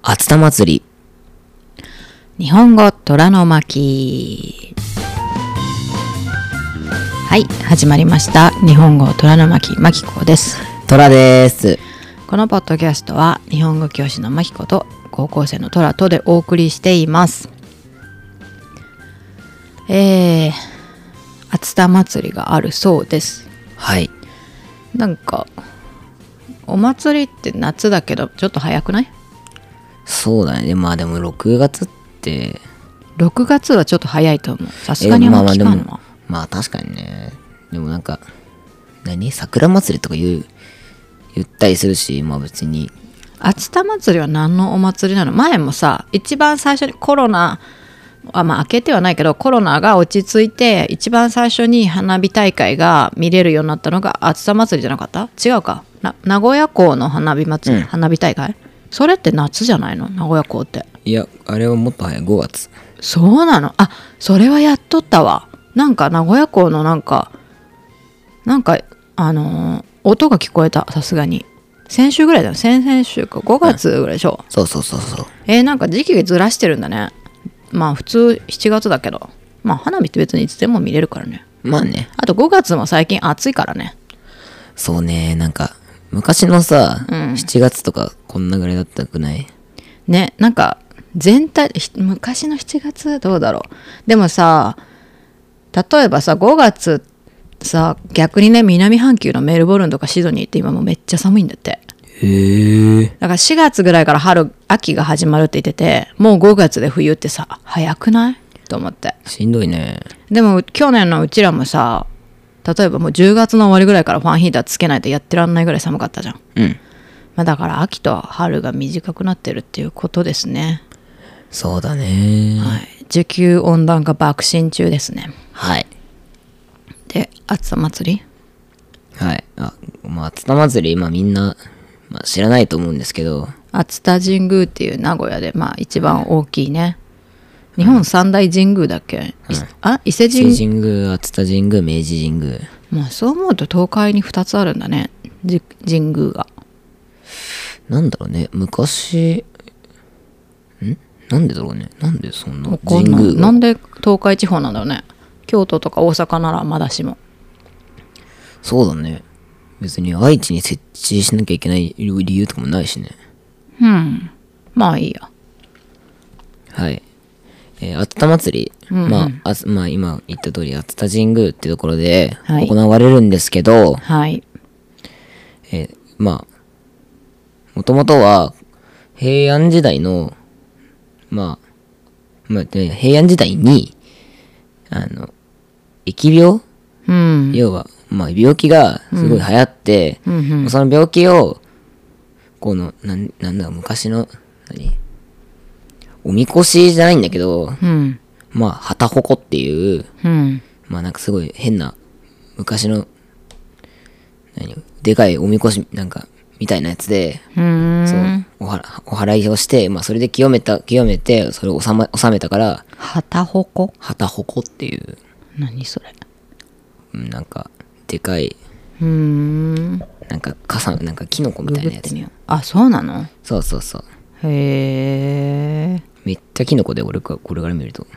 熱田祭り。 日本語虎の巻。はい、始まりました。日本語虎の巻、まきこです。 虎です。 このポッドキャストは日本語教師のまきこと高校生の虎とでお送りしています。熱田祭りがあるそうです。 はい。 なんかお祭りって夏だけどちょっと早くない？ そうだね。まあでも6月って 6月はちょっと早いと思う。さすがにまあ期間は。 まあ確かにね。でもなんか桜祭りとか言ったりするし、まあ別に。 熱田祭りは何のお祭りなの？前もさ、一番最初にコロナ明けてはないけど、コロナが落ち着いて一番最初に花火大会が見れるようになったのが熱田祭りじゃなかった？違うか。名古屋港の花火祭り、花火大会？それって夏じゃないの？名古屋港って。いや、あれはもっと早い、5月。 そうなの？あ、それはやっとったわ。なんか名古屋港のなんか音が聞こえた。さすがに先週ぐらいだよ。先々週か5月ぐらいでしょ、 そう。 なんか時期ずらしてるんだね。まあ普通7月だけど、まあ花火って別にいつでも見れるからね。 まあね。 あと5月も最近暑いからね。 そうね。なんか昔のさ、7月とかこんなぐらいだったくないね。なんか全体昔の7月どうだろう。でもさ、例えばさ5月さ、逆にね、南半球のメルボルンとかシドニーって今もうめっちゃ寒いんだって。 へえ。 だから4月ぐらいから秋が始まるって言ってて、もう5月で冬ってさ、早くないと思って。 しんどいね。 でも去年のうちらもさ、例えばもう10月の終わりぐらいからファンヒーターつけないとやってらんないぐらい寒かったじゃん。まあ、だから秋と春が短くなってるっていうことですね。 そうだね。 はい。地球温暖化爆心中ですね。 はい。 で、暑さ祭り？ はい。熱田祭り、今みんな、知らないと思うんですけど、 熱田神宮っていう名古屋で一番大きいね。日本三大神宮だっけ？伊勢神宮、熱田神宮、明治神宮。 まあそう思うと東海に2つあるんだね。神宮が。 なんだろうね。昔、なんでだろうね。なんでそんな神宮が。なんで東海地方なんだろうね。京都とか大阪ならまだしも。 そうだね。別に愛知に設置しなきゃいけない理由とかもないしね。 まあいいや。 はい。熱田祭り、今言った通り熱田神宮ってところで行われるんですけど、 はい。 もともとは平安時代の平安時代に疫病、要は病気がすごい流行って、その病気を昔のおみこしじゃないんだけど、旗鉾っていう、なんかすごい変な昔のでかいおみこしみたいなやつで、そうお祓いをして、それで清めてそれを収めたから旗鉾っていう、 何それ？ なんかでかい傘、キノコみたいなやつ。 あ、そうなの？ そう。 へえ。 めっちゃキノコで、これから見ると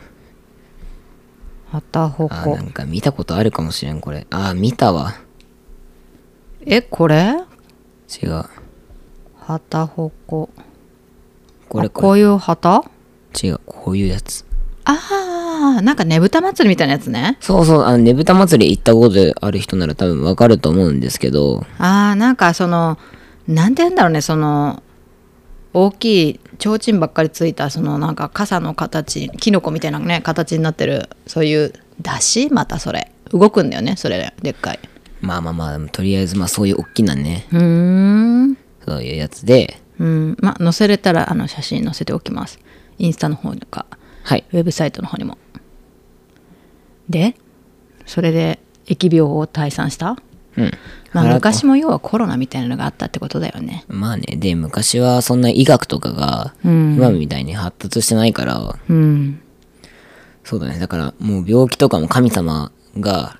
旗鉾。 なんか見たことあるかもしれん、これ。見たわ。 これ？ 違う。 旗鉾。 これこういう旗？ 違う、こういうやつ。 なんかねぶた祭りみたいなやつね。 そう、ねぶた祭り行ったことある人なら多分わかると思うんですけど。 なんかなんて言うんだろうね、大きい提灯ばっかりついたなんか傘の形、キノコみたいなね形になってる、そういう出汁、またそれ動くんだよね、それでっかい。 とりあえずそういう大きなね、そういうやつで、 載せれたら写真載せておきます。インスタの方とか、 はい、 ウェブサイトの方にも。でそれで疫病を退散した？昔も要はコロナみたいなのがあったってことだよね。 で昔はそんな医学とかが今みたいに発達してないから、そうだね。だからもう病気とかも神様が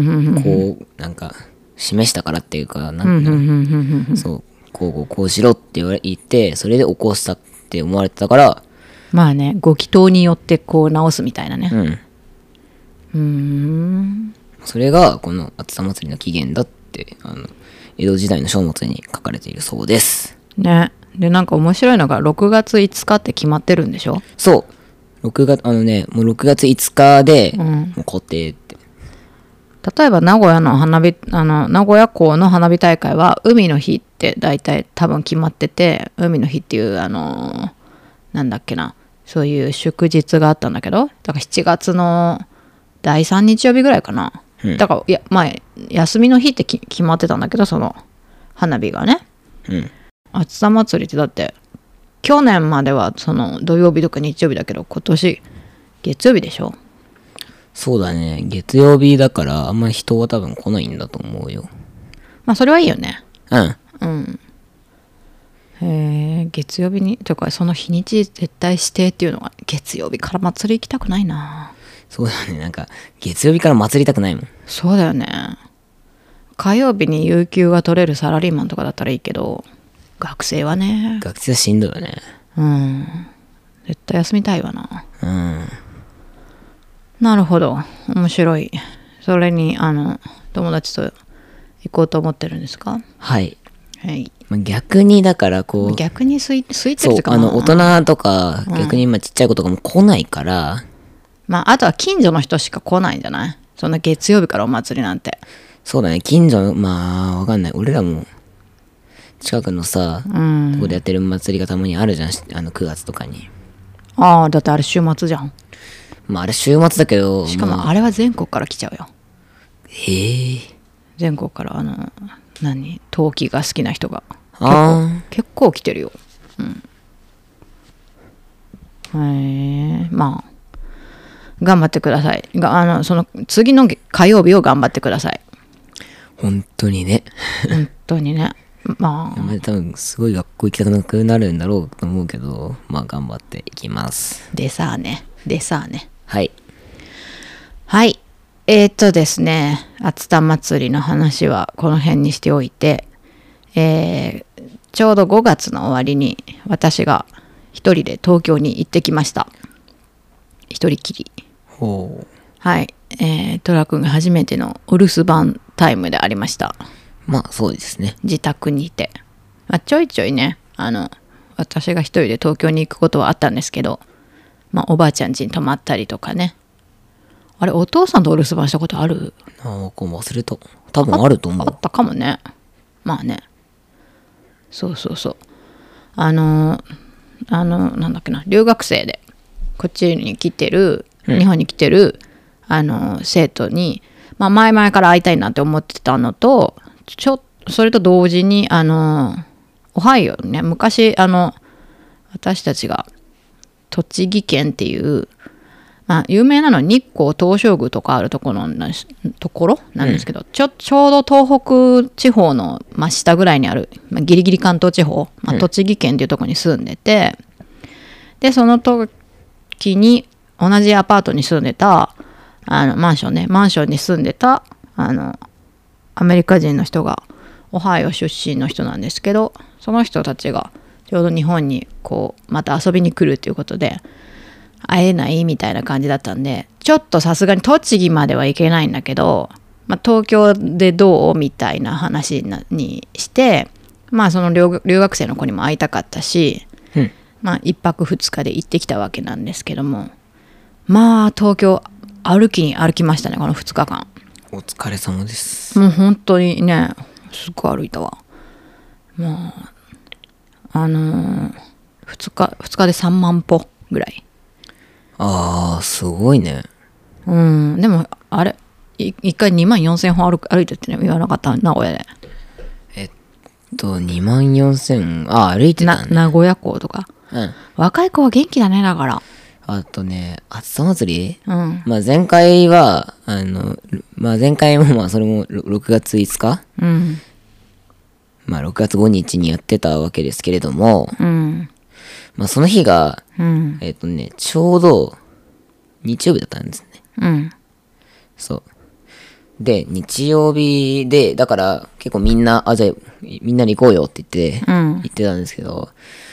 示したからっていうか、そうこうしろって言って、それで起こしたっって思われてたから、 まあね、ご祈祷によってこう直すみたいなね。 それがこの暑さ祭りの起源だって江戸時代の書物に書かれているそうですね。でなんか面白いのが6月5日って決まってるんでしょ。 そう6月もう6月5日でもう固定って、 例えば名古屋の花火名古屋港の花火大会は海の日って大体多分決まってて、海の日っていうなんだっけな、そういう祝日があったんだけど、だから7月の第3日曜日ぐらいかな、だからいや前休みの日って決まってたんだけど、その花火がね、暑さ祭りってだって去年まではその土曜日とか日曜日だけど、今年月曜日でしょ。 そうだね、月曜日だからあんまり人は多分来ないんだと思うよ。 まあそれはいいよね。月曜日にとかその日にち絶対指定っていうのは、月曜日から祭り行きたくないな。 そうだね、なんか月曜日から祭りたくないもん。 そうだよね。火曜日に有給が取れるサラリーマンとかだったらいいけど、学生はね。 学生はしんどいよね。 絶対休みたいわな。なるほど、面白い。それに友達と行こうと思ってるんですか。 はい、 はい逆にだからこう逆に空いてるってか、 大人とか逆にちっちゃい子とかも来ないから、 あとは近所の人しか来ないんじゃない、そんな月曜日からお祭りなんて。 そうだね、近所わかんない、俺らも近くのさ、とこでやってる祭りがたまにあるじゃん、9月とかに。 だってあれ週末じゃん。 あれ週末だけど、 しかもあれは全国から来ちゃうよ。全国から陶器が好きな人が結構来てるよ。まあ頑張ってください。その次の火曜日を頑張ってください。 本当にね。 本当にね。多分すごい学校行きたくなくなるんだろうと思うけど、頑張っていきます。 でさあね。 はいですね、暑さ祭りの話はこの辺にしておいて、ちょうど5月の終わりに私が一人で東京に行ってきました。一人きり。はい、トラ君が初めてのお留守番タイムでありました。 そうですね、 自宅にいて、ちょいちょいね私が一人で東京に行くことはあったんですけど、おばあちゃん家に泊まったりとかね。あれ、お父さんとお留守番したことある？ 忘れた。多分あると思う。 あったかもね。そうなんだっけな、留学生でこっちに来てる、日本に来てる生徒に、前々から会いたいなって思ってたのと、それと同時にオハイオね、昔私たちが栃木県っていう、有名なのは日光東照宮とかあるところなんですけど、ちょうど東北地方の真下ぐらいにある、ギリギリ関東地方、栃木県っていうところに住んでて、でその時に同じアパートに住んでたマンションに住んでたアメリカ人の人がオハイオ出身の人なんですけど、その人たちがちょうど日本にまた遊びに来るっていうことで会えないみたいな感じだったんで、ちょっとさすがに栃木までは行けないんだけど、東京でどうみたいな話にして、その留学生の子にも会いたかったし、1泊2日で行ってきたわけなんですけども、東京歩きましたね、この2日間。 お疲れ様です。 もう本当にね、すっごい歩いたわ。2日で3万歩ぐらい。 すごいね。 でもあれ1回2万4000歩歩いてってね、言わなかった？名古屋で 2万4000歩いてたね。 名古屋港とか。若い子は元気だね。だからあとね、暑さ祭り、前回は前回もそれも6月5日、6月5日にやってたわけですけれども、その日が、ちょうど日曜日だったんですね。そうで、日曜日で、だから結構みんなじゃあみんなに行こうよって言ってたんですけど、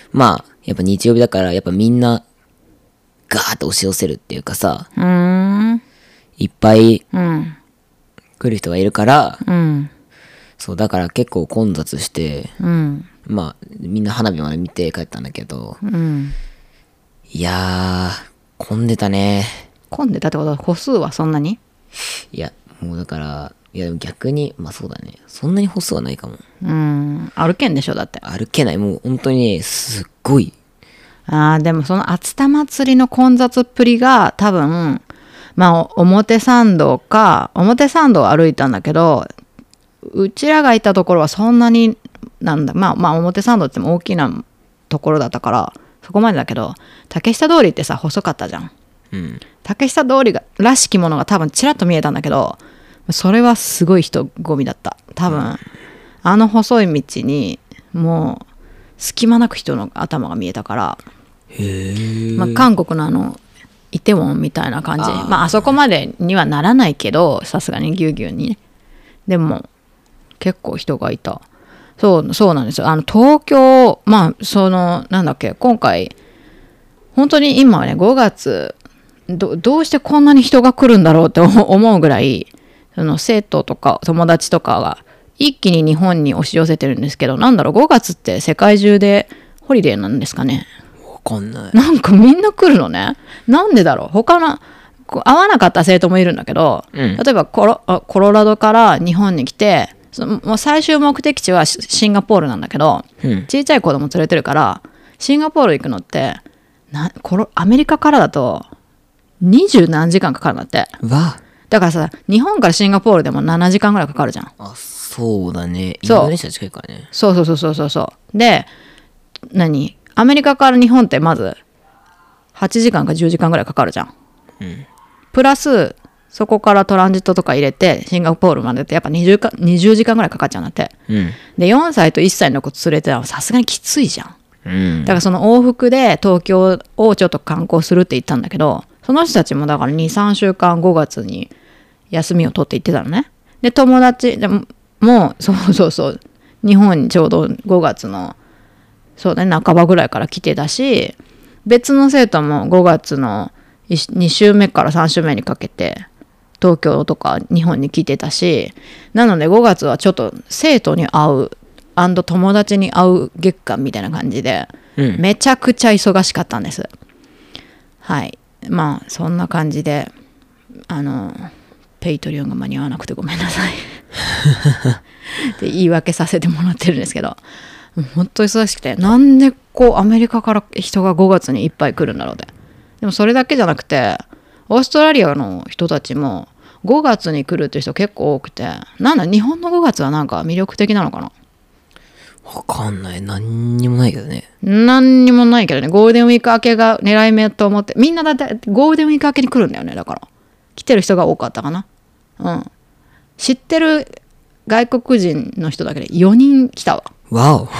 まあやっぱ日曜日だからやっぱみんなガーッと押し寄せるっていうかさ、いっぱい来る人がいるから、そうだから結構混雑して、まあみんな花火まで見て帰ったんだけど、いやー混んでたね。 混んでたってことは歩数はそんなに？ いやもうだからいやでも逆にまあそうだね、そんなに歩数はないかも。 歩けんでしょだって。 歩けない、もう本当にねすっごい。 でもその熱田祭りの混雑っぷりが多分まあ表参道を歩いたんだけど、うちらがいたところはそんなになんだ、まあ表参道っても大きなところだったからそこまでだけど、竹下通りってさ細かったじゃん。竹下通りがらしきものが多分ちらっと見えたんだけど、それはすごい人混みだった多分。あの細い道にもう隙間なく人の頭が見えたから、韓国のイテウォンみたいな感じ。あそこまでにはならないけどさすがにぎゅうぎゅうにね。でも結構人がいた。そうなんですよ。東京なんだっけ、今回本当に今はね5月 どうしてこんなに人が来るんだろうって思うぐらい、生徒とか友達とかが一気に日本に押し寄せてるんですけど、なんだろう、5月って世界中でホリデーなんですかね。 わかんない。 なんかみんな来るのね。なんでだろう。他の会わなかった生徒もいるんだけど、例えばコロラドから日本に来て、もう最終目的地はシンガポールなんだけど、小さい子供連れてるからシンガポール行くのってアメリカからだと20何時間かかるんだって。だからさ、日本からシンガポールでも7時間ぐらいかかるじゃん。 そうだね。インドネシア近いからね。 そうで、アメリカから日本ってまず8時間か10時間ぐらいかかるじゃん。プラスそこからトランジットとか入れてシンガポールまでってやっぱ20時間ぐらいかかっちゃうんだって。で4歳と1歳の子連れてたらさすがにきついじゃん。だからその往復で東京をちょっと観光するって言ったんだけど、その人たちもだから 2,3 週間5月に休みを取って行ってたのね。で友達でもそう日本にちょうど5月のそうね半ばぐらいから来てたし、別の生徒も5月の2週目から3週目にかけて東京とか日本に来てたし、なので5月はちょっと生徒に会う友達に会う月間みたいな感じで、めちゃくちゃ忙しかったんです。はい、まあそんな感じでペイトリオンが間に合わなくてごめんなさいって言い訳させてもらってるんですけど、本当に忙しくて、なんでアメリカから人が5月にいっぱい来るんだろうって。でもそれだけじゃなくてオーストラリアの人たちも5月に来るっていう人結構多くて、日本の5月はなんか魅力的なのかな。 わかんない。何にもないけどね。 何にもないけどね。ゴールデンウィーク明けが狙い目と思って、みんなだってゴールデンウィーク明けに来るんだよね。だから来てる人が多かったかな。知ってる外国人の人だけで4人来たわ。 わお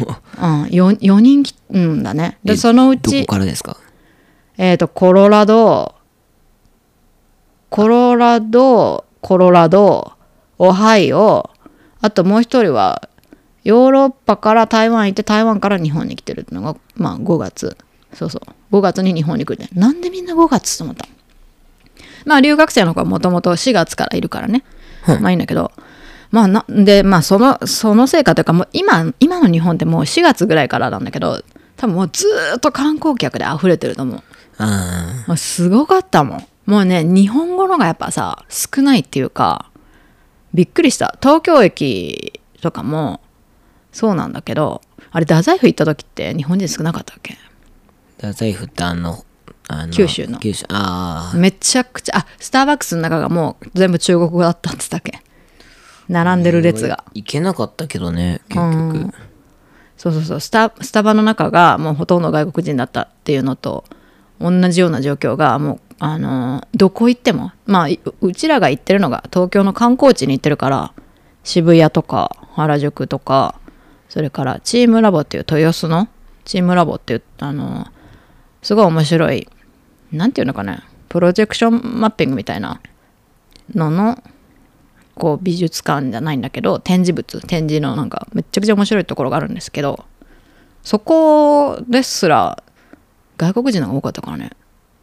4人来るんだね。でそのうちどこからですか？ コロラド、オハイオ、あともう一人はヨーロッパから台湾行って台湾から日本に来てるっていうのがまあ5月。5月に日本に来る。なんでみんな5月と思った。まあ留学生の子はもともと4月からいるからね、まあいいんだけど、まあそのせいかというか、もう今の日本ってもう4月ぐらいからなんだけど、多分もうずっと観光客で溢れてると思う。もうすごかったもん。もうね、日本語のがやっぱさ少ないっていうか、びっくりした。東京駅とかもそうなんだけど、あれ太宰府行った時って日本人少なかったっけ？ 太宰府って九州のめちゃくちゃスターバックスの中がもう全部中国語だったって言ったっけ？並んでる列が行けなかったけどね結局。 そうスタバの中がもうほとんど外国人だったっていうのと同じような状況がもうどこ行っても、まあうちらが行ってるのが東京の観光地に行ってるから、渋谷とか原宿とか、それからチームラボっていう豊洲のチームラボっていうすごい面白い、なんていうのかな、プロジェクションマッピングみたいなののこう美術館じゃないんだけど展示のなんかめっちゃくちゃ面白いところがあるんですけど、 そこですら外国人の方が多かったからね。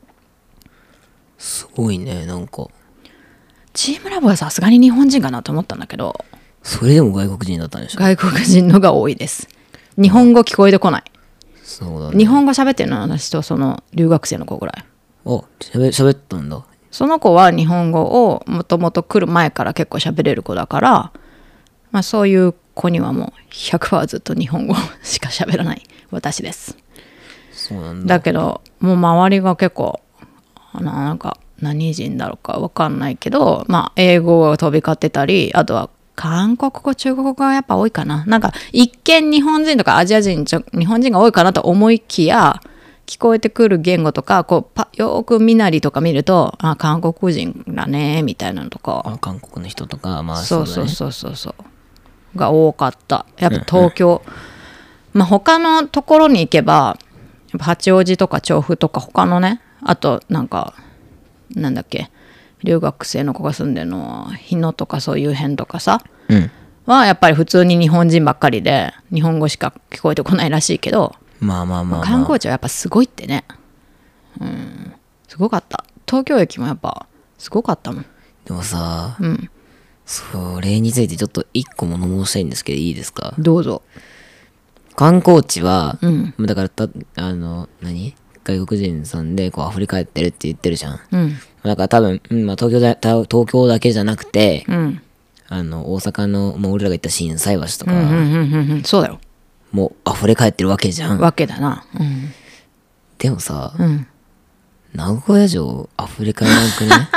すごいね。なんかチームラボはさすがに日本人かなと思ったんだけど、 それでも外国人だったんでしょ。 外国人のが多いです。日本語聞こえてこない。 そうだね。 日本語喋ってるのは私とその留学生の子ぐらい。 喋ったんだ。 その子は日本語をもともと来る前から結構喋れる子だから、まあ、そういう子にはもう 100% ずっと日本語しか喋らない私です。 そうなんだ。 だけどもう周りが結構なんか何人だろうか分かんないけど、まあ、英語が飛び交ってたり、あとは韓国語中国語がやっぱ多いかな。なんか一見日本人とかアジア人日本人が多いかなと思いきや、聞こえてくる言語とかこうよく身なりとか見ると、あ韓国人だねみたいなのとか、 韓国の人とか、まあそうだね。 そうが多かった。やっぱ東京、まあ他のところに行けばやっぱ八王子とか調布とか他のね、あとなんだっけ、留学生の子が住んでるのは日野とかそういう辺とかさ、はやっぱり普通に日本人ばっかりで日本語しか聞こえてこないらしいけど、 まあ観光地はやっぱすごいってね。すごかった。東京駅もやっぱすごかったもん。 でもさ、それについてちょっと一個物申したいんですけどいいですか。 どうぞ。 観光地は、だから外国人さんでこうアフリカやってるって言ってるじゃん。だから多分、まあ、東京だけじゃなくて、大阪の、もう俺らが行った心斎橋とか、 そうだよ。 もう溢れ返ってるわけじゃん。 わけだな。 でもさ、名古屋城溢れ返らなくね？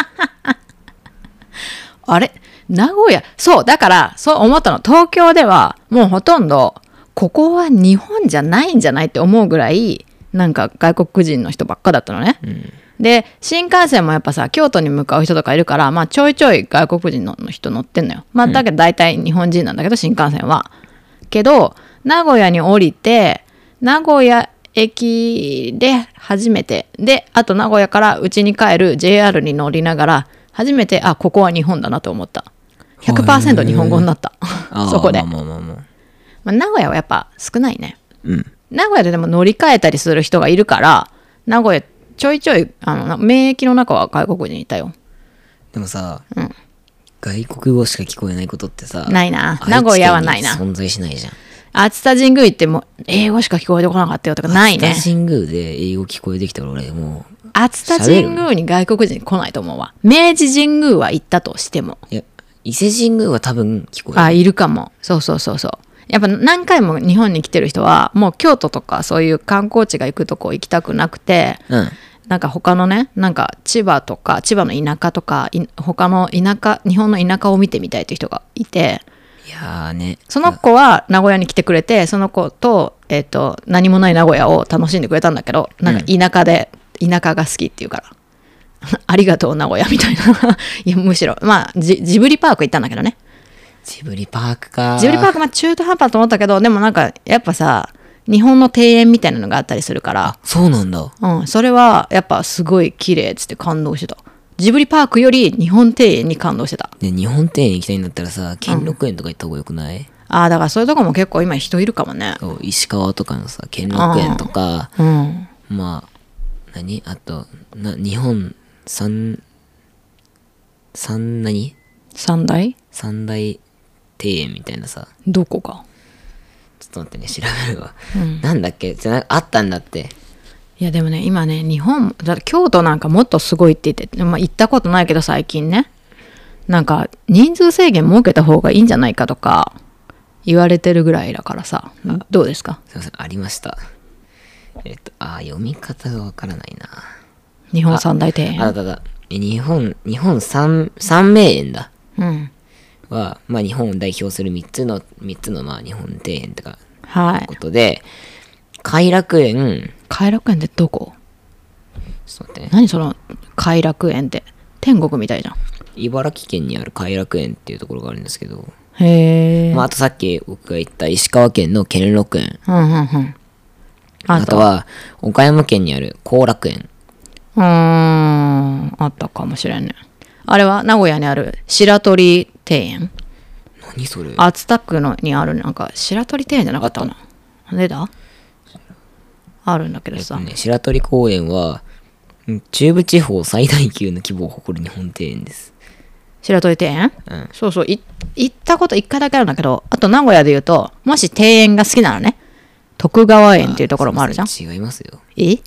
あれ名古屋、そうだからそう思ったの。東京ではもうほとんどここは日本じゃないんじゃないって思うぐらいなんか外国人の人ばっかだったのね。で新幹線もやっぱさ京都に向かう人とかいるから、まあちょいちょい外国人の人乗ってんのよ。まあだけど大体日本人なんだけど新幹線は。けど名古屋に降りて名古屋駅で初めてで、あと名古屋から家に帰る JR に乗りながら初めてここは日本だなと思った。100% 日本語になった。そこで。まあ、名古屋はやっぱ少ないね。名古屋ででも乗り換えたりする人がいるから名古屋ちょいちょい免疫の中は外国人いたよ。 でもさ、外国語しか聞こえないことってさ、 ないな。名古屋はないな。 存在しないじゃん。 熱田神宮行っても英語しか聞こえてこなかったよとかないね。 熱田神宮で英語聞こえてきたら俺もう熱田神宮に外国人来ないと思うわ。明治神宮は行ったとしても、 いや伊勢神宮は多分聞こえる。 いるかも。そうやっぱ何回も日本に来てる人はもう京都とかそういう観光地が行くとこ行きたくなくて、なんか他のね、なんか千葉とか千葉の田舎とか他の田舎、日本の田舎を見てみたいという人がいて、 いやーね、 その子は名古屋に来てくれて、その子と、何もない名古屋を楽しんでくれたんだけど、なんか田舎が好きっていうからありがとう名古屋みたいないやむしろまあジブリパーク行ったんだけどね。 ジブリパークか。 ジブリパークまあ中途半端と思ったけど、でもなんかやっぱさ日本の庭園みたいなのがあったりするから。 そうなんだ。 それはやっぱすごい綺麗っつって感動してた。ジブリパークより日本庭園に感動してた。 で日本庭園行きたいんだったらさ兼六園とか行った方がよくない？ だからそういうとこも結構今人いるかもね。 石川とかのさ兼六園とか、まああと日本三大庭園みたいなさ。 どこかちょっと待ってね、調べるわ。なんだっけ、あったんだって。 いやでもね今ね日本だって京都なんかもっとすごいって言って、まあ、行ったことないけど最近ね、なんか人数制限設けた方がいいんじゃないかとか言われてるぐらいだからさ。どうですか？ すいません、ありました。読み方がわからないな。 日本三大庭園。 日本三名園だ。は、まあ日本を代表する3つのまあ日本庭園とか、ことで、偕楽園ってどこ？ ちょっと待ってね。 何その偕楽園って天国みたいじゃん。 茨城県にある偕楽園っていうところがあるんですけど、 まあとさっき僕が言った石川県の兼六園、 あとは岡山県にある後楽園。 あったかもしれんね。あれは名古屋にある白鳥庭園。 何それ？ 熱田区のにあるなんか白鳥庭園じゃなかったかな。出た？ あるんだけどさ、 白鳥公園は中部地方最大級の規模を誇る日本庭園です。 白鳥庭園、そうそう、行ったこと1回だけあるんだけど、あと名古屋で言うと、もし庭園が好きならね、徳川園っていうところもあるじゃん。 違いますよ。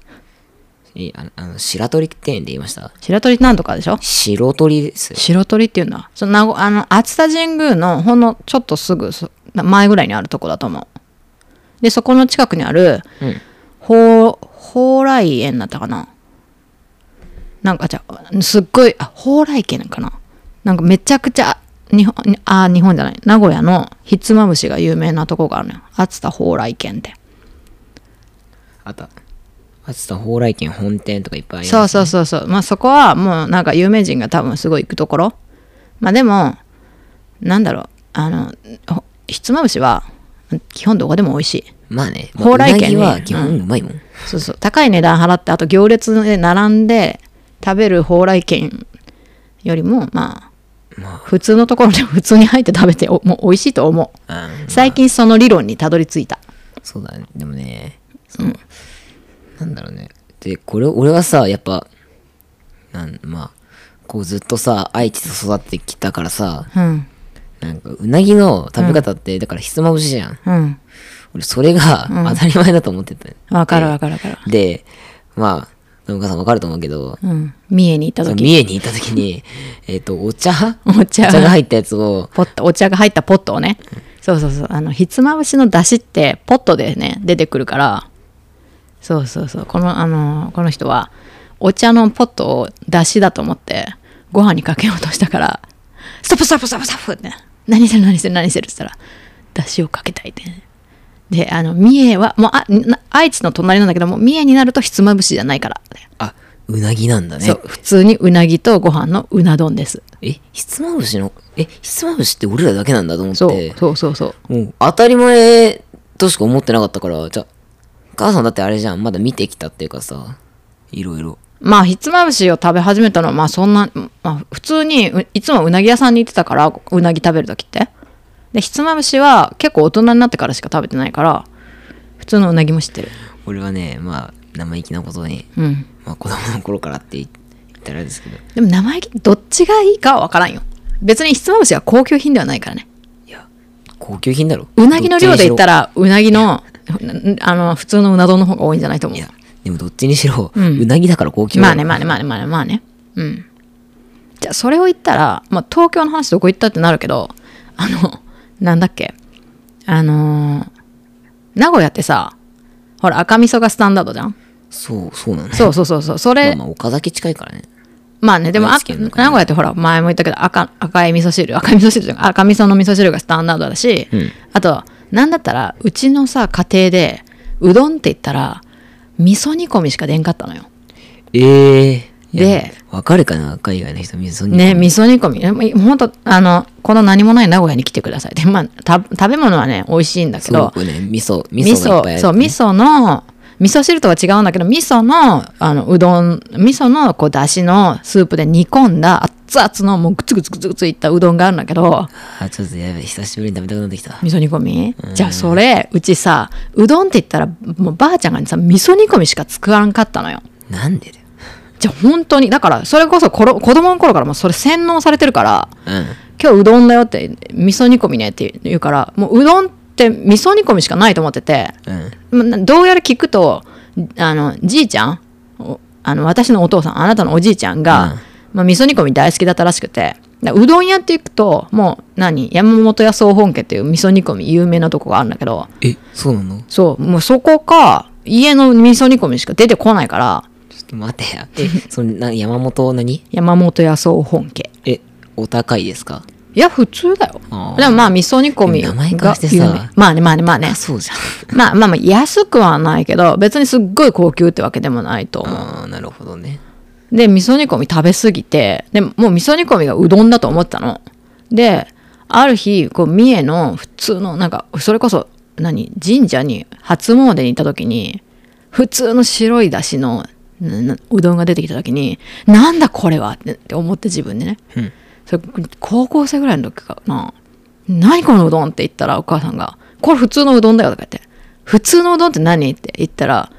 白鳥庭園で言いました。 白鳥なんとかでしょ。 白鳥ですよ。 白鳥っていうんだ。熱田神宮のほんのちょっとすぐ前ぐらいにあるとこだと思う。でそこの近くにある、蓬莱園だったかな。なんかすっごい蓬莱軒かな。なんかめちゃくちゃ日本じゃない名古屋のひつまぶしが有名なとこがあるのよ。熱田蓬莱軒って。 あった。熱田蓬莱軒本店とかいっぱいありますね。 そう。まあそこはもうなんか有名人が多分すごい行くところ。まあでもなんだろうひつまぶしは基本どこでも美味しい。 まあね。 蓬莱軒は基本うまいもん。 そう高い値段払ってあと行列で並んで食べる蓬莱軒よりもまあ普通のところで普通に入って食べてもう美味しいと思う。最近その理論にたどり着いた。 そうだね。でもね、なんだろうね。で俺はさやっぱまあこうずっとさ愛知で育ってきたからさ、なんかうなぎの食べ方って、だからひつまぶしじゃん。俺それが当たり前だと思ってた。 わかる。 でまあお母さんわかると思うけど、 三重に行った時にお茶が入ったやつをお茶が入ったポットをね、そうひつまぶしの出汁ってポットでね出てくるから、そうこの人はお茶のポットを出汁だと思ってご飯にかけようとしたから、ストップって何してるって言ったら出汁をかけたいってね。で三重はもう愛知の隣なんだけども、三重になるとひつまぶしじゃないから。 うなぎなんだね。 そう普通にうなぎとご飯のうな丼です。 ひつまぶしって俺らだけなんだと思って。 そうもう当たり前としか思ってなかったから、じゃあ母さんだってあれじゃん、まだ見てきたっていうかさ、いろいろ。 まあひつまぶしを食べ始めたのはまあそんな、普通にいつもうなぎ屋さんに行ってたから、うなぎ食べるときってでひつまぶしは結構大人になってからしか食べてないから、普通のうなぎも知ってる。 俺はね、まあ生意気なことに、まあ子供の頃からって言ったらあれですけど、 でも生意気どっちがいいかは分からんよ。別にひつまぶしは高級品ではないからね。 いや高級品だろ。 うなぎの量で言ったらうなぎの普通のうな丼の方が多いんじゃないと思う。 いやでもどっちにしろ、うなぎだから高級だ。まあね。じゃあそれを言ったら、まあ、東京の話どこ行ったってなるけど、なんだっけ名古屋ってさ、ほら赤味噌がスタンダードじゃん。 そうなの。 そうそれ、 まあ岡崎近いからね。 まあね、でも名古屋ってほら前も言ったけど赤い味噌汁赤味噌の味噌汁がスタンダードだし、あとなんだったらうちのさ家庭でうどんって言ったら味噌煮込みしか出んかったのよ。 でわかるかな、海外の人。味噌煮込みね、味噌煮込みほんとこの何もない名古屋に来てください。でまあ食べ物はね美味しいんだけど、 すごくね味噌がいっぱいある、ね、 そう味噌の味噌汁とは違うんだけど、味噌のうどん味噌のこうだしのスープで煮込んだ熱々のもうグツグツいったうどんがあるんだけど、 ちょっとやべえ、久しぶりに食べたくなってきた。 味噌煮込み、じゃあそれうちさうどんって言ったらもうばあちゃんがさ味噌煮込みしか作らんかったのよ。 なんでだよ。 じゃあ本当にだからそれこそ子供の頃からもうそれ洗脳されてるから、今日うどんだよって味噌煮込みねって言うから、もううどんって味噌煮込みしかないと思ってて、どうやら聞くとじいちゃん私のお父さん、あなたのおじいちゃんが、味噌煮込み大好きだったらしくて、うどん屋って行くともう山本屋総本家っていう味噌煮込み有名なとこがあるんだけど、 そうなの？ そうもうそこか家の味噌煮込みしか出てこないから。 ちょっと待てや。その山本屋総本家。 お高いですか？ いや普通だよ。でもまあ味噌煮込みが名前からしてさ、 まあねそうじゃん。まあ安くはないけど別にすっごい高級ってわけでもないと思う。 なるほどね。 で味噌煮込み食べ過ぎて、でもう味噌煮込みがうどんだと思ったので、ある日こう三重の普通のなんかそれこそ神社に初詣に行った時に普通の白いだしのうどんが出てきた時に、なんだこれはって思って自分でね、それ高校生ぐらいの時かな、何このうどんって言ったらお母さんがこれ普通のうどんだよとか言って、普通のうどんって何って言ったら、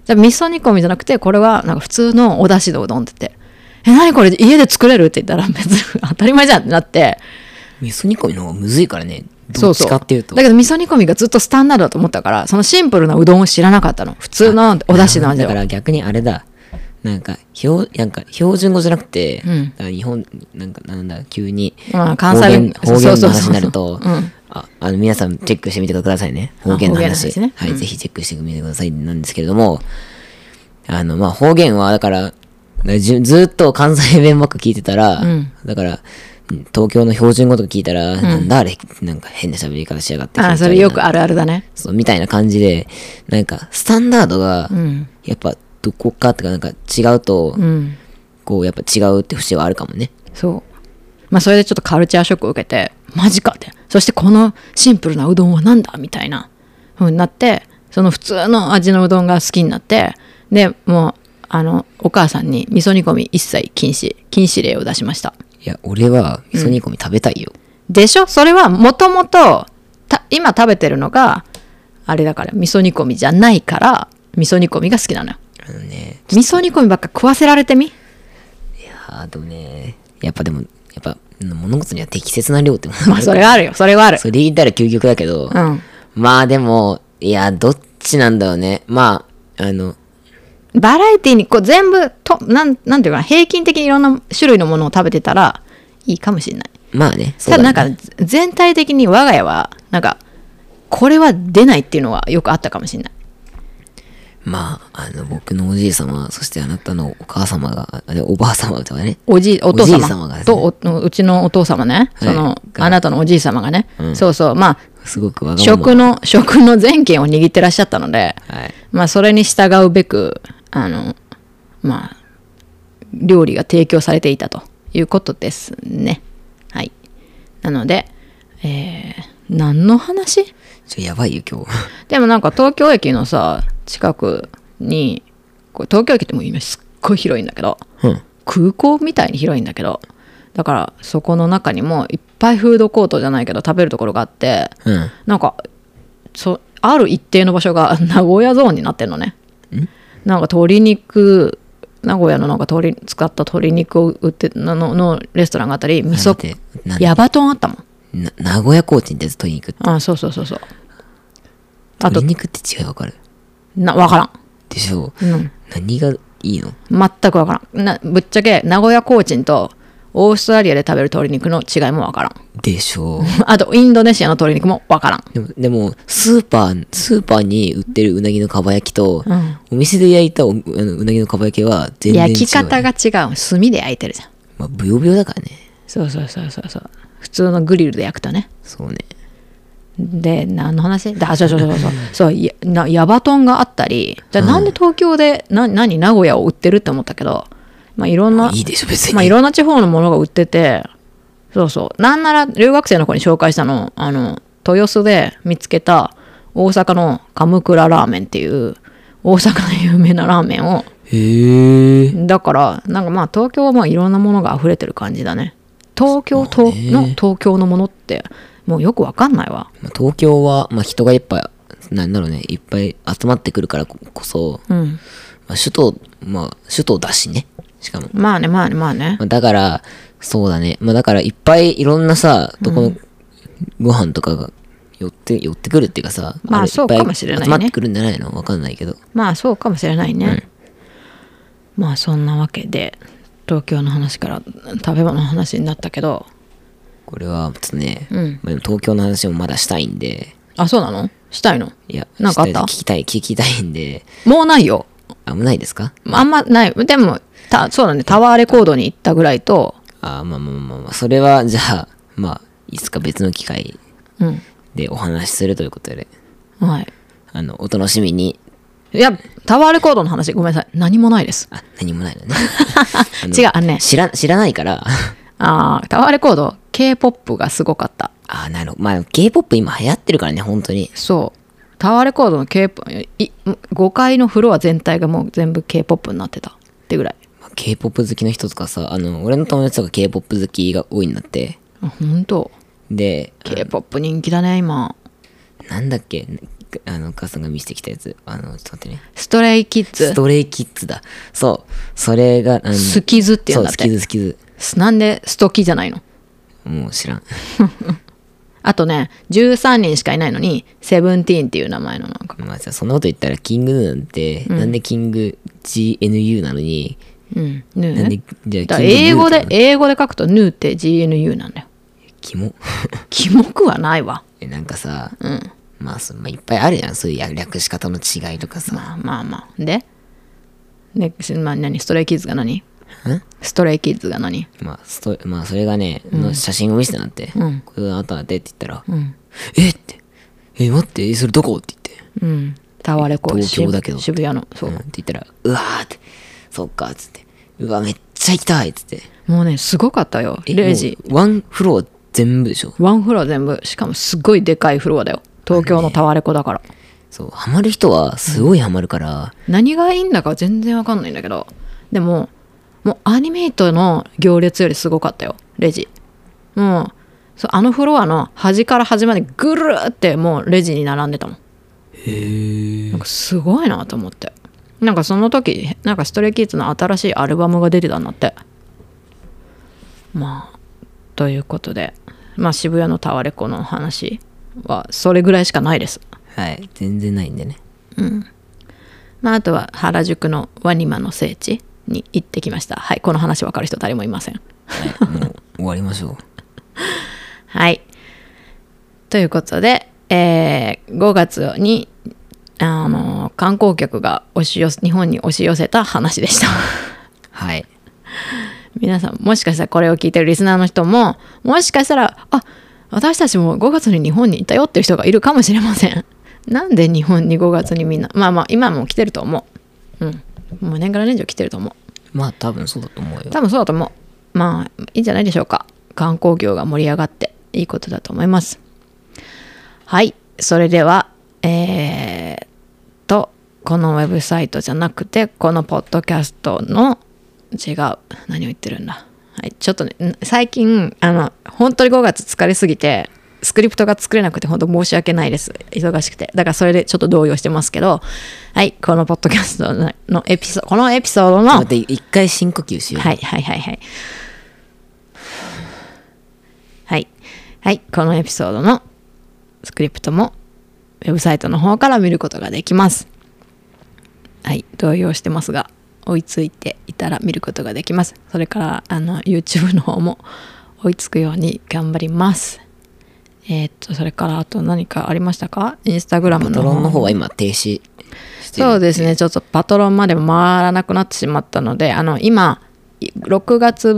じゃあ味噌煮込みじゃなくてこれはなんか普通のお出汁のうどんって言って何これ家で作れるって言ったら別に当たり前じゃんってなって味噌煮込みの方がむずいからねどっちかっていうとだけど味噌煮込みがずっとスタンダードだと思ったからそのシンプルなうどんを知らなかったの普通のお出汁の味をだから逆にあれだなんか標準語じゃなくて、だから日本なんだ急に関西方言の話になると皆さんチェックしてみてくださいね方言の話ね、 はい、ぜひチェックしてみてくださいなんですけれどもまあ方言はだからずっと関西弁ばっか聞いてたら、だから東京の標準語とか聞いたら、なんだあれなんか変な喋り方しやがってそれよくあるあるだねそうみたいな感じでなんかスタンダードがやっぱどこかってかなんか違うと、こうやっぱ違うって節はあるかもねそうまあそれでちょっとカルチャーショックを受けてマジかってそしてこのシンプルなうどんはなんだみたいな風になってその普通の味のうどんが好きになってでもうお母さんに味噌煮込み一切禁止令を出しました。 いや俺は味噌煮込み食べたいよ、 でしょそれはもともと今食べてるのがあれだから味噌煮込みじゃないから味噌煮込みが好きなのよ。味噌煮込みばっか食わせられてみ。いやでもねやっぱ物事には適切な量ってものがあるから、 まあそれはあるよそれはある。 それで言ったら究極だけど、まあでもいやどっちなんだろうね。まあバラエティにこう全部なんていうかな平均的にいろんな種類のものを食べてたらいいかもしれない。 まあねただなんか全体的に我が家はなんかこれは出ないっていうのはよくあったかもしれない。 まあ僕のおじい様そしてあなたのお母様がおばあ様とかねお父様が、ね、 とうちのお父様ね、はい、あなたのおじい様がね、そうそうまあすごくわがまま食の全権を握ってらっしゃったので、はい、まあそれに従うべくまあ料理が提供されていたということですね。はい。なので、何の話？ やばいよ今日。 でもなんか東京駅のさ近くに東京駅ってもう今すっごい広いんだけど、空港みたいに広いんだけど、だからそこの中にもいっぱいフードコートじゃないけど食べるところがあって、なんかある一定の場所が名古屋ゾーンになってるのね。なんか鶏肉名古屋のなんか使った鶏肉を売ってのレストランがあったりヤバトンあったもん。 名古屋コーチンってやつ鶏肉って。 そう鶏肉って違い分かる？ 分からんでしょ、何がいいの？ 全く分からん。ぶっちゃけ名古屋コーチンとオーストラリアで食べる鶏肉の違いも分からんでしょう。 あとインドネシアの鶏肉も分からん。 でもスーパーに売ってるうなぎのかば焼きと、お店で焼いたうなぎのかば焼きは全然違う、 焼き方が違う。炭で焼いてるじゃん。 まあブヨブヨだからね。 そう普通のグリルで焼くとね。 そうね。 で何の話？そうヤバトンがあったり、じゃあなんで東京で名古屋を売ってるって思ったけど、まあいろんないいでしょ別に。 まあいろんな地方のものが売ってて、なんなら留学生の子に紹介したの豊洲で見つけた大阪の鎌倉ラーメンっていう大阪の有名なラーメンを。だからなんかまあ東京はまあいろんなものが溢れてる感じだね。東京のものってもうよくわかんないわ。 東京は、まあ、人がいっぱいなんだろうねいっぱい集まってくるからこそ、首都だしねしかもまあねだからそうだね、だからいっぱいいろんなさとこのご飯とかが寄ってくるっていうかさ、 まあそうかもしれないね。 集まってくるんじゃないの？わかんないけどまあそうかもしれないね、まあそんなわけで東京の話から食べ物の話になったけど、 これはちょっとね、東京の話もまだしたいんで。 そうなの？したいの？ いやなんかあった？ 聞きたいんで。 もうないよ。 もうないですか？ あんまない。でもそうだね、タワーレコードに行ったぐらいと。 まあそれはじゃあいつか別の機会でお話しするということで、 はい、 お楽しみに。 いやタワーレコードの話ごめんなさい、何もないです。 何もないのね。 違うね、 知らないからタワーレコード K-POP がすごかった。 なるほど。K-POP 今流行ってるからね本当に。 そうタワーレコードの K-POP 5階のフロア全体がもう全部 K-POP になってたってぐらい。 K-POP 好きの人とかさ俺の友達とか K-POP 好きが多いんだって。 本当？ で K-POP 人気だね今。 なんだっけお母さんが見せてきたやつ。ちょっと待ってね。 ストレイキッズ。 ストレイキッズだ。そう。それが、 スキズって言うんだって。 そう、スキズ。 なんでストキじゃないの？ もう知らん。 あとね、13人しかいないのに、セブンティーンっていう名前のなんか。 まあさ、そんなこと言ったら、キングヌーなんて、なんでキング GNU なのに、 ヌーなんで、じゃだ英語で書くとヌーって GNU なんだよ。 キモ。 キモくはないわ。 なんかさ、まあ、いっぱいあるじゃん。そういう略し方の違いとかさ。 まあ。で、何ストレイキッズが何？ストレイキッズが何？ まあ、それがね、の写真を見せてなって、これがあったんだってって言ったら、って、待って、それどこって言って。タワレコ、 東京だけど。 渋谷の。そう。 って言ったら、うわーって、そっか、つって、うわ、めっちゃ行きたいっつって。 もうね、すごかったよ。0時。 ワンフロア全部でしょ？ ワンフロア全部。しかもすごいでかいフロアだよ。東京のタワレコだから。 そう、ハマる人はすごいハマるから。 何がいいんだか全然わかんないんだけど、でも、もうアニメイトの行列よりすごかったよ、レジ。もうあのフロアの端から端までぐるーってもうレジに並んでたもん。なんかすごいなと思って。なんかその時なんかストレイキッズの新しいアルバムが出てたんだって。まあということで、まあ渋谷のタワレコの話はそれぐらいしかないです。 はい、全然ないんでね。 まああとは原宿のワニマの聖地に行ってきました。はい、この話分かる人誰もいません。 はい、もう終わりましょう。 はい。ということで、5月に観光客が日本に押し寄せた話でした。 はい。 皆さんもしかしたらこれを聞いてるリスナーの人ももしかしたら私たちも5月に日本に行ったよっていう人がいるかもしれません。なんで日本に5月にみんなまあ今も来てると思う。もう年から年中来てると思う。 まあ多分そうだと思うよ。 多分そうだと思う。まあいいんじゃないでしょうか。観光業が盛り上がっていいことだと思います。はい、それではこのウェブサイトじゃなくてこのポッドキャストの何を言ってるんだ。はい、ちょっとね最近本当に5月疲れすぎてスクリプトが作れなくて本当申し訳ないです。忙しくて。だからそれでちょっと動揺してますけど、はい、このポッドキャストのこのエピソードの待って一回深呼吸しよう。 はい、このエピソードのスクリプトもウェブサイトの方から見ることができます。はい、動揺してますが追いついていたら見ることができます。それからYouTube の方も追いつくように頑張ります。それからあと何かありましたか？インスタグラムのパトロンの方は今停止してる。 そうですね、ちょっとパトロンまで回らなくなってしまったので今6月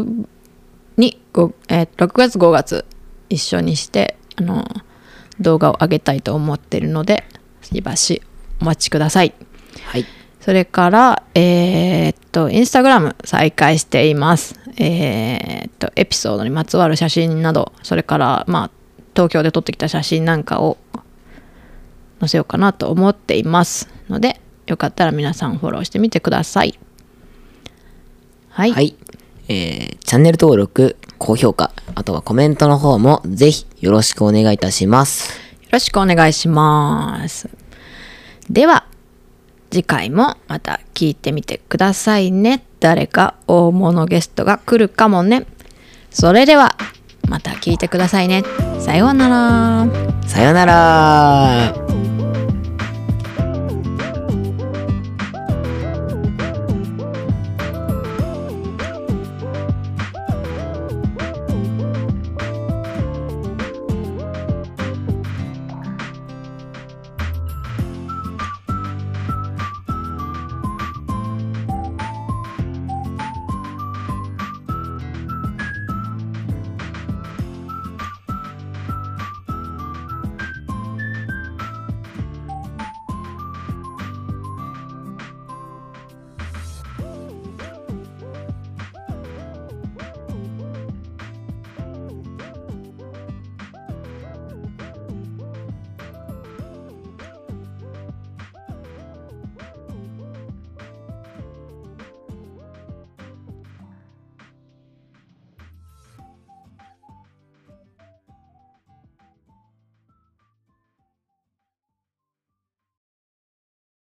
5月一緒にして動画を上げたいと思っているのでしばしお待ちください。 はい。 それからインスタグラム再開しています。エピソードにまつわる写真など、それから東京で撮ってきた写真なんかを載せようかなと思っていますので、よかったら皆さんフォローしてみてください。はい、 チャンネル登録、高評価、あとはコメントの方もぜひよろしくお願いいたします。 よろしくお願いします。では次回もまた聞いてみてくださいね。誰か大物ゲストが来るかもね。それではまた聞いてくださいね。さようなら。 さようなら。